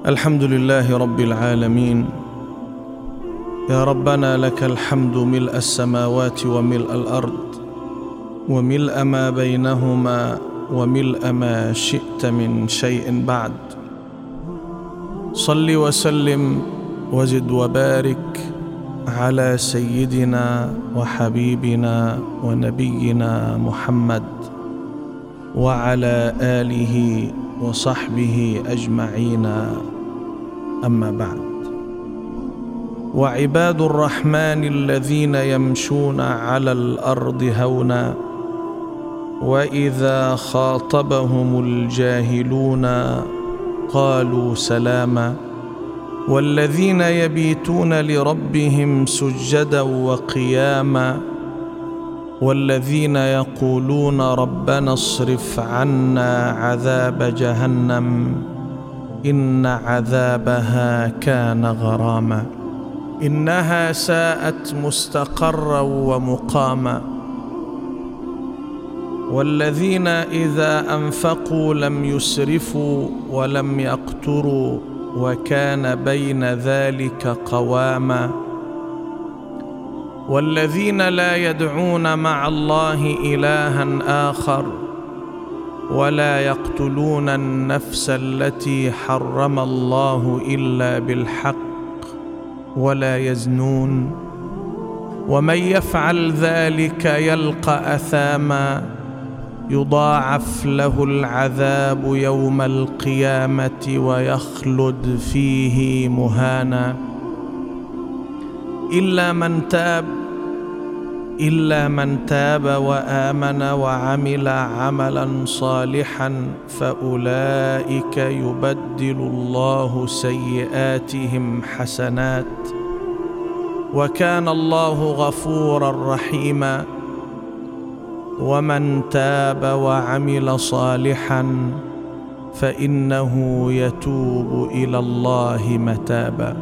الحمد لله رب العالمين. يا ربنا لك الحمد ملء السماوات وملء الأرض وملء ما بينهما وملء ما شئت من شيء بعد. صل وسلم وزد وبارك على سيدنا وحبيبنا ونبينا محمد وعلى آله وصحبه أجمعين، أما بعد. وعباد الرحمن الذين يمشون على الأرض هونا وإذا خاطبهم الجاهلون قالوا سلاما، والذين يبيتون لربهم سجدا وقياما، والذين يقولون ربنا اصرف عنا عذاب جهنم إن عذابها كان غراما، إنها ساءت مستقرا ومقاما، والذين إذا أنفقوا لم يسرفوا ولم يقتروا وكان بين ذلك قواما، والذين لا يدعون مع الله إلها آخر ولا يقتلون النفس التي حرم الله إلا بالحق ولا يزنون، ومن يفعل ذلك يلقى أثاما يضاعف له العذاب يوم القيامة ويخلد فيه مهانا، إلا من تاب وآمن وعمل عملا صالحا فأولئك يبدل الله سيئاتهم حسنات وكان الله غفورا رحيما، ومن تاب وعمل صالحا فإنه يتوب إلى الله متابا،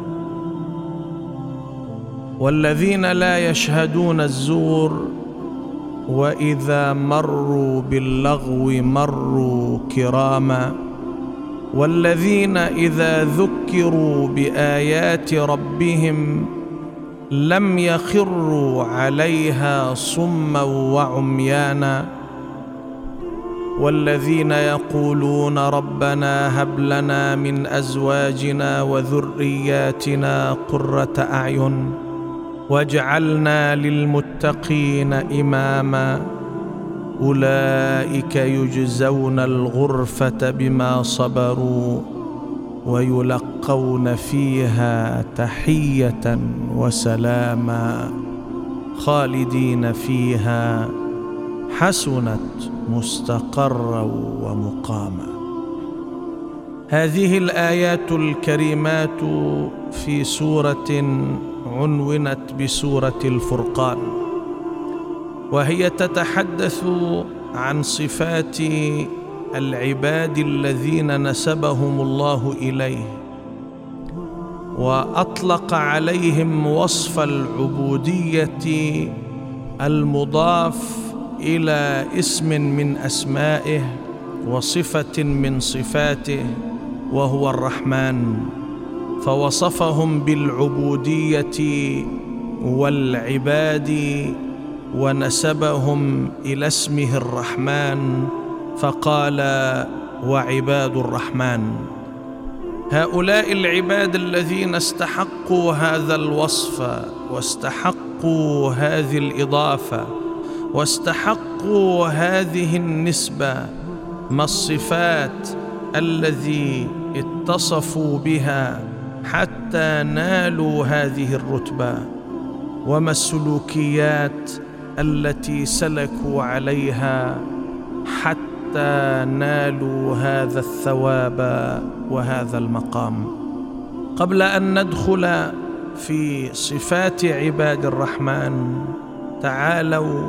والذين لا يشهدون الزور وإذا مروا باللغو مروا كراما، والذين إذا ذكروا بآيات ربهم لم يخروا عليها صما وعميانا، والذين يقولون ربنا هب لنا من أزواجنا وذرياتنا قرة أعين واجعلنا للمتقين إماما، أولئك يجزون الغرفة بما صبروا ويلقون فيها تحية وسلاما خالدين فيها حسنت مستقرا ومقاما. هذه الآيات الكريمات في سورة عنونت بسورة الفرقان، وهي تتحدث عن صفات العباد الذين نسبهم الله إليه وأطلق عليهم وصف العبودية المضاف إلى اسم من أسمائه وصفة من صفاته وهو الرحمن، فوصفهم بالعبودية والعباد ونسبهم إلى اسمه الرحمن فقال وعباد الرحمن. هؤلاء العباد الذين استحقوا هذا الوصف واستحقوا هذه الإضافة واستحقوا هذه النسبة، ما الصفات التي اتصفوا بها حتى نالوا هذه الرتبة، وما السلوكيات التي سلكوا عليها حتى نالوا هذا الثواب وهذا المقام. قبل أن ندخل في صفات عباد الرحمن تعالوا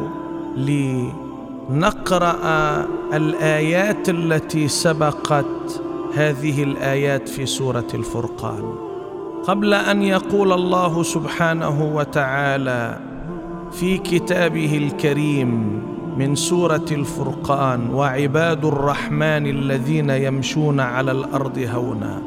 لنقرأ الآيات التي سبقت هذه الآيات في سورة الفرقان. قبل أن يقول الله سبحانه وتعالى في كتابه الكريم من سورة الفرقان: وعباد الرحمن الذين يمشون على الأرض هونا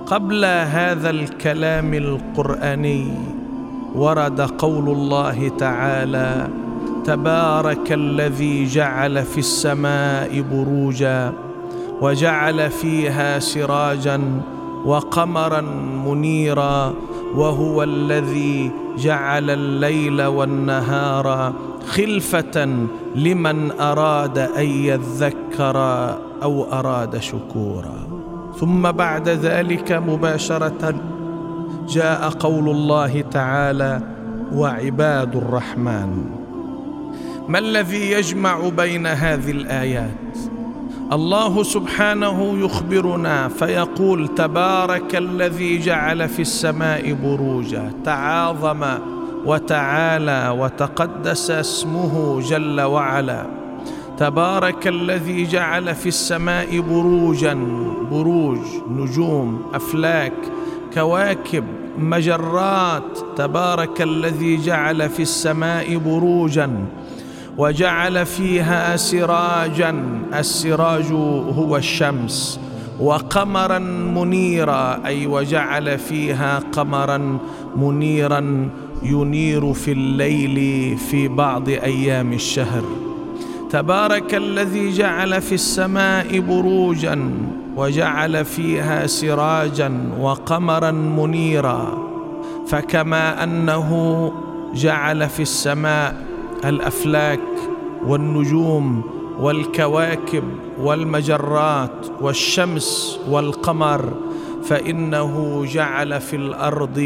قبل هذا الكلام القرآني ورد قول الله تعالى: تبارك الذي جعل في السماء بروجا وجعل فيها سراجا وقمرا منيرا وهو الذي جعل الليل والنهار خلفة لمن أراد أن يذكر أو أراد شكورا. ثم بعد ذلك مباشرة جاء قول الله تعالى: وعباد الرحمن. ما الذي يجمع بين هذه الآيات؟ الله سبحانه يخبرنا فيقول: تبارك الذي جعل في السماء بروجا. تعاظم وتعالى وتقدس اسمه جل وعلا. تبارك الذي جعل في السماء بروجا، بروج نجوم، أفلاك، كواكب، مجرات. تبارك الذي جعل في السماء بروجا وجعل فيها سراجا، السراج هو الشمس، وقمرا منيرا، أي وجعل فيها قمرا منيرا ينير في الليل في بعض أيام الشهر. تبارك الذي جعل في السماء بروجا وجعل فيها سراجا وقمرا منيرا. فكما أنه جعل في السماء الأفلاك والنجوم والكواكب والمجرات والشمس والقمر، فإنه جعل في الأرض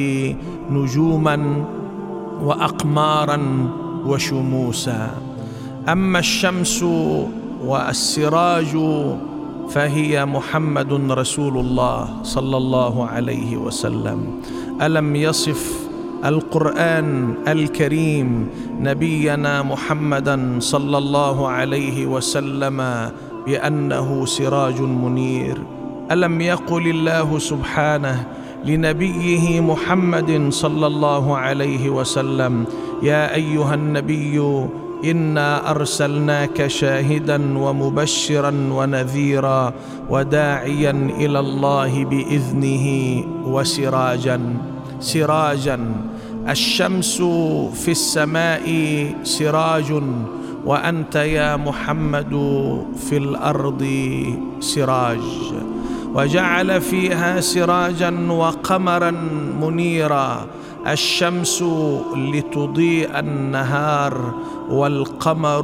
نجوما وأقمارا وشموسا. أما الشمس والسراج فهي محمد رسول الله صلى الله عليه وسلم. ألم يصف القرآن الكريم نبينا محمدا صلى الله عليه وسلم بأنه سراج منير؟ ألم يقل الله سبحانه لنبيه محمد صلى الله عليه وسلم: يا أيها النبي إنا أرسلناك شاهدا ومبشرا ونذيرا وداعيا إلى الله بإذنه وسراجا. سراجا، الشمس في السماء سراج، وأنت يا محمد في الأرض سراج. وجعل فيها سراجا وقمرا منيرا، الشمس لتضيء النهار والقمر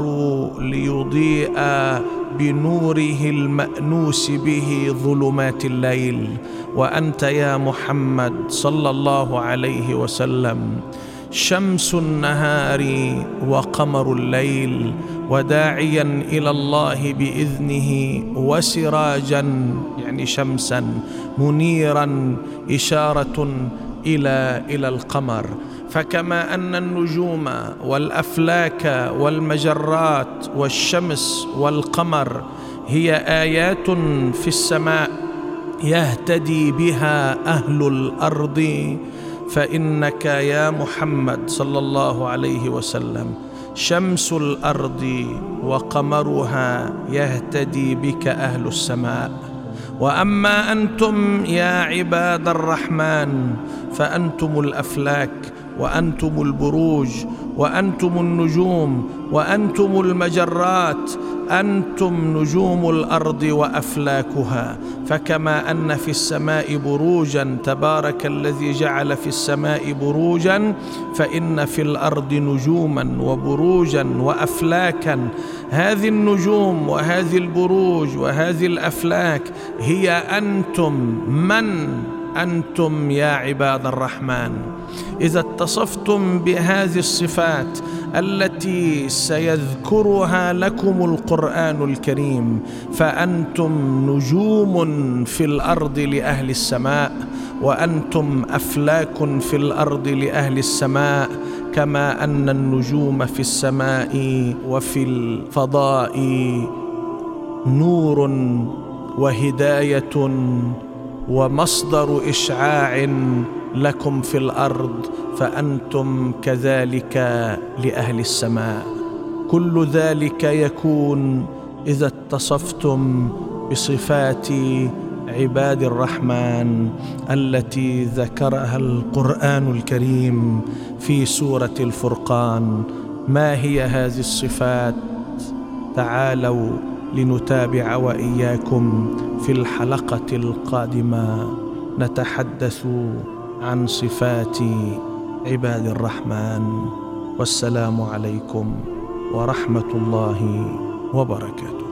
ليضيء بنوره المأنوس به ظلمات الليل. وأنت يا محمد صلى الله عليه وسلم شمس النهار وقمر الليل، وداعيا إلى الله بإذنه، وسراجا يعني شمسا، منيرا إشارة إلى القمر. فكما أن النجوم والأفلاك والمجرات والشمس والقمر هي آيات في السماء يهتدي بها أهل الأرض، فإنك يا محمد صلى الله عليه وسلم شمس الأرض وقمرها يهتدي بك أهل السماء. وأما أنتم يا عباد الرحمن فأنتم الأفلاك، وأنتم البروج، وأنتم النجوم، وأنتم المجرات، أنتم نجوم الأرض وأفلاكها. فكما أن في السماء بروجا، تبارك الذي جعل في السماء بروجا، فإن في الأرض نجوما وبروجا وأفلاكا. هذه النجوم وهذه البروج وهذه الأفلاك هي أنتم. من أنتم يا عباد الرحمن؟ إذا اتصفتم بهذه الصفات التي سيذكرها لكم القرآن الكريم، فأنتم نجوم في الأرض لأهل السماء، وأنتم أفلاك في الأرض لأهل السماء، كما أن النجوم في السماء وفي الفضاء نور وهداية ومصدر إشعاع لكم في الأرض، فأنتم كذلك لأهل السماء. كل ذلك يكون إذا اتصفتم بصفات عباد الرحمن التي ذكرها القرآن الكريم في سورة الفرقان. ما هي هذه الصفات؟ تعالوا لنتابع وإياكم في الحلقة القادمة، نتحدث عن صفات عباد الرحمن. والسلام عليكم ورحمة الله وبركاته.